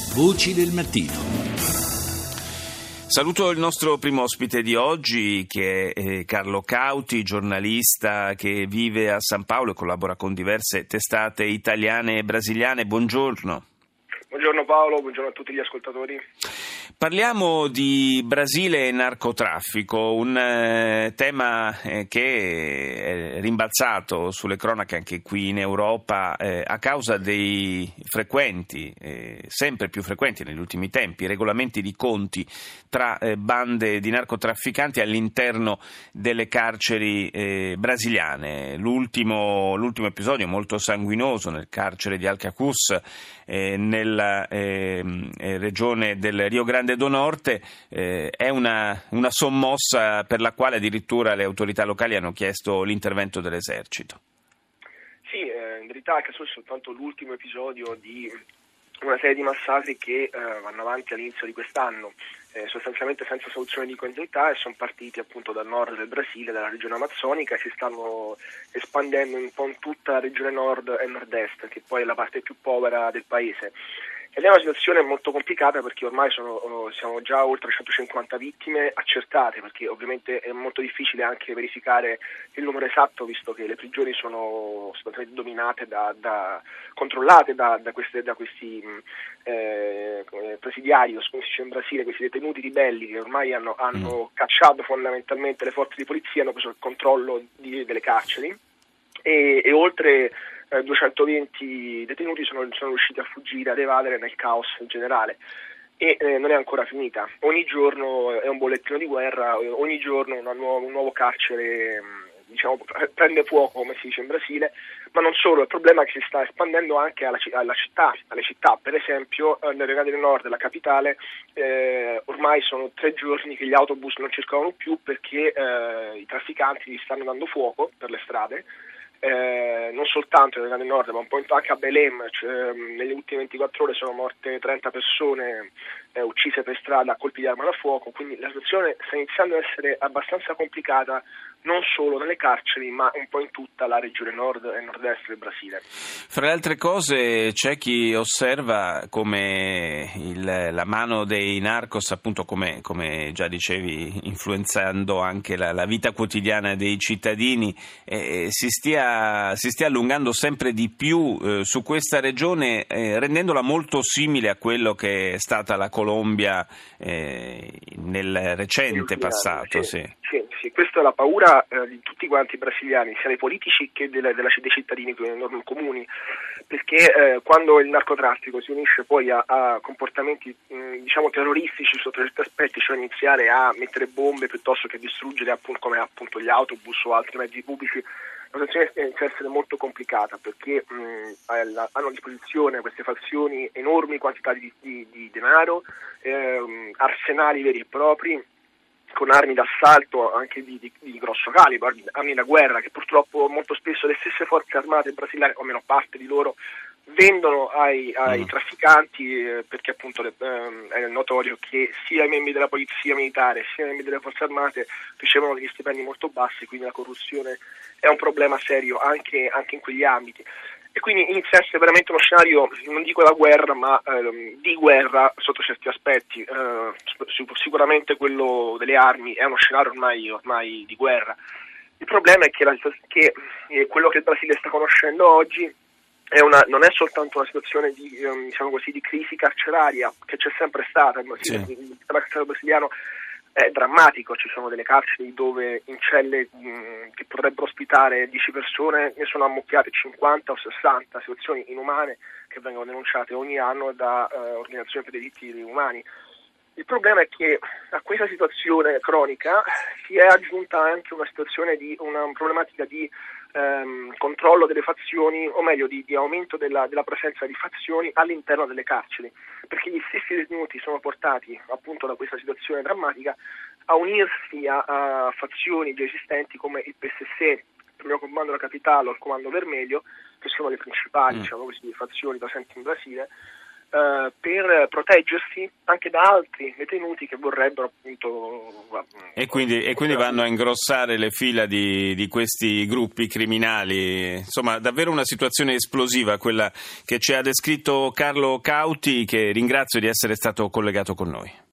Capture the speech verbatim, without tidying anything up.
Voci del mattino. Saluto il nostro primo ospite di oggi, che è Carlo Cauti, giornalista che vive a San Paolo e collabora con diverse testate italiane e brasiliane. Buongiorno. Buongiorno Paolo, buongiorno a tutti gli ascoltatori. Parliamo di Brasile e narcotraffico, un eh, tema eh, che è rimbalzato sulle cronache anche qui in Europa eh, a causa dei frequenti, eh, sempre più frequenti negli ultimi tempi, regolamenti di conti tra eh, bande di narcotrafficanti all'interno delle carceri eh, brasiliane. L'ultimo, l'ultimo episodio molto sanguinoso nel carcere di Alcacuz, eh, nella eh, regione del Rio Grande do Norte, eh, è una, una sommossa per la quale addirittura le autorità locali hanno chiesto l'intervento dell'esercito. Sì, eh, in verità è soltanto l'ultimo episodio di una serie di massacri che eh, vanno avanti all'inizio di quest'anno, eh, sostanzialmente senza soluzione di continuità, e sono partiti appunto dal nord del Brasile, dalla regione amazzonica, e si stanno espandendo un po' in tutta la regione nord e nord-est, che poi è la parte più povera del paese. Ed è una situazione molto complicata perché ormai sono, siamo già oltre centocinquanta vittime accertate, perché ovviamente è molto difficile anche verificare il numero esatto, visto che le prigioni sono sostanzialmente dominate, da, da, controllate da, da, queste, da questi eh, presidiari, come si dice in Brasile, questi detenuti ribelli che ormai hanno, hanno cacciato fondamentalmente le forze di polizia, hanno preso il controllo di, delle carceri e, e oltre duecentoventi detenuti sono, sono riusciti a fuggire, ad evadere nel caos generale, e eh, non è ancora finita. Ogni giorno è un bollettino di guerra, ogni giorno una nuovo, un nuovo carcere diciamo prende fuoco, come si dice in Brasile, ma non solo. Il problema è che si sta espandendo anche alla, alla città, alle città. Per esempio nel Rio Grande do Nord, la capitale, eh, ormai sono tre giorni che gli autobus non circolano più perché eh, i trafficanti gli stanno dando fuoco per le strade. Eh, non soltanto nel Rio Grande do Nord, ma un po' anche a Belém, cioè, nelle ultime ventiquattro ore sono morte trenta persone eh, uccise per strada a colpi di arma da fuoco, quindi la situazione sta iniziando ad essere abbastanza complicata, non solo nelle carceri, ma un po' in tutta la regione nord e nord-est del Brasile. Fra le altre cose c'è chi osserva come il, la mano dei narcos, appunto come, come già dicevi, influenzando anche la, la vita quotidiana dei cittadini, eh, si stia, si stia allungando sempre di più eh, su questa regione, eh, rendendola molto simile a quello che è stata la Colombia eh, nel recente passato. Anni, sì. Sì. Sì, sì, questa è la paura eh, di tutti quanti i brasiliani, sia dei politici che delle, della, dei cittadini comuni, perché eh, quando il narcotraffico si unisce poi a, a comportamenti mh, diciamo terroristici sotto certi aspetti, cioè iniziare a mettere bombe piuttosto che distruggere appunto, come appunto gli autobus o altri mezzi pubblici, la situazione inizia a essere molto complicata, perché mh, hanno a disposizione queste fazioni enormi quantità di, di, di denaro, eh, arsenali veri e propri, con armi d'assalto anche di, di, di grosso calibro, armi da guerra, che purtroppo molto spesso le stesse forze armate brasiliane, o almeno parte di loro, vendono ai, ai mm. trafficanti, eh, perché appunto le, eh, è notorio che sia i membri della polizia militare sia i membri delle forze armate ricevono degli stipendi molto bassi, quindi la corruzione è un problema serio anche, anche in quegli ambiti. E quindi inizia a essere veramente uno scenario, non dico da guerra, ma eh, di guerra sotto certi aspetti. Eh, sicuramente quello delle armi è uno scenario ormai, ormai di guerra. Il problema è che, la, che eh, quello che il Brasile sta conoscendo oggi è una, non è soltanto una situazione di, eh, diciamo così, di crisi carceraria, che c'è sempre stata. Il, sì. il, il carcere brasiliano è drammatico, ci sono delle carceri dove in celle mh, che potrebbero ospitare dieci persone ne sono ammucchiate cinquanta o sessanta, situazioni inumane che vengono denunciate ogni anno da uh, organizzazioni per i diritti umani. Il problema è che a questa situazione cronica si è aggiunta anche una situazione di una problematica di ehm, controllo delle fazioni, o meglio di, di aumento della, della presenza di fazioni all'interno delle carceri, perché gli stessi detenuti sono portati appunto da questa situazione drammatica a unirsi a, a fazioni già esistenti come il P S C, il primo comando della capitale o il comando vermelho, che sono le principali mm. diciamo così, fazioni presenti in Brasile, eh, per proteggersi anche da altri detenuti che vorrebbero appunto... E quindi, e quindi vanno a ingrossare le fila di, di questi gruppi criminali. Insomma, davvero una situazione esplosiva quella che ci ha descritto Carlo Cauti, che ringrazio di essere stato collegato con noi.